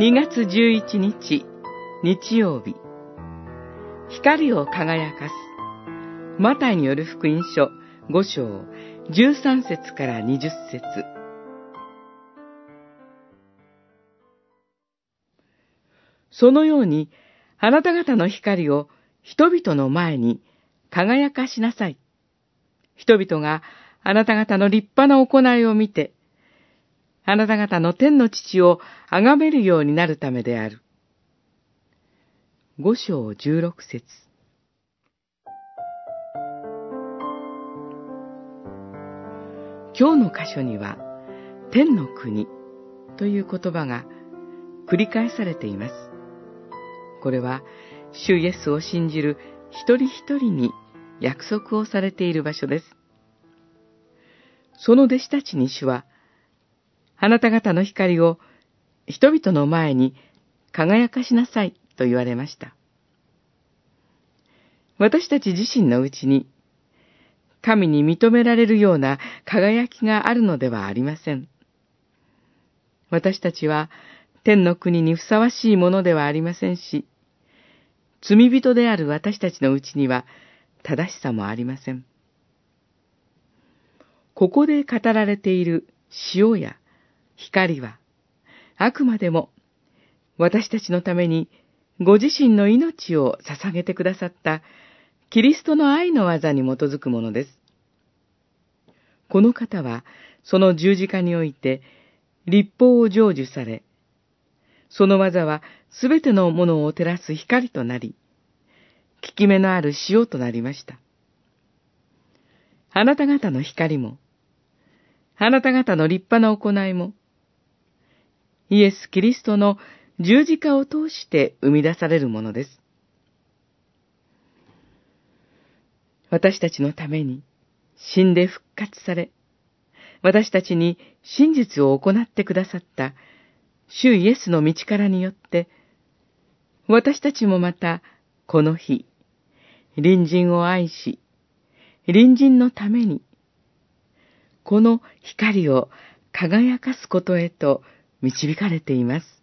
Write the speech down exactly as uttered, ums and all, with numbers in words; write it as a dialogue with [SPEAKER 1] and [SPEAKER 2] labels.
[SPEAKER 1] にがつじゅういちにち、日曜日。光を輝かす。マタイによる福音書ごしょう、じゅうさんせつからにじゅっせつ。そのように、あなた方の光を人々の前に輝かしなさい。人々があなた方の立派な行いを見て、あなた方の天の父を崇めるようになるためである。ごしょうじゅうろくせつ。今日の箇所には、天の国という言葉が繰り返されています。これは、主イエスを信じる一人一人に約束をされている場所です。その弟子たちに主は、あなた方の光を人々の前に輝かしなさいと言われました。私たち自身のうちに、神に認められるような輝きがあるのではありません。私たちは天の国にふさわしいものではありませんし、罪人である私たちのうちには正しさもありません。ここで語られている塩や光は、あくまでも私たちのためにご自身の命を捧げてくださったキリストの愛の技に基づくものです。この方はその十字架において律法を成就され、その技はすべてのものを照らす光となり、効き目のある塩となりました。あなた方の光も、あなた方の立派な行いも、イエス・キリストの十字架を通して生み出されるものです。私たちのために死んで復活され、私たちに真実を行ってくださった主イエスの道からによって、私たちもまたこの日、隣人を愛し、隣人のために、この光を輝かすことへと導かれています。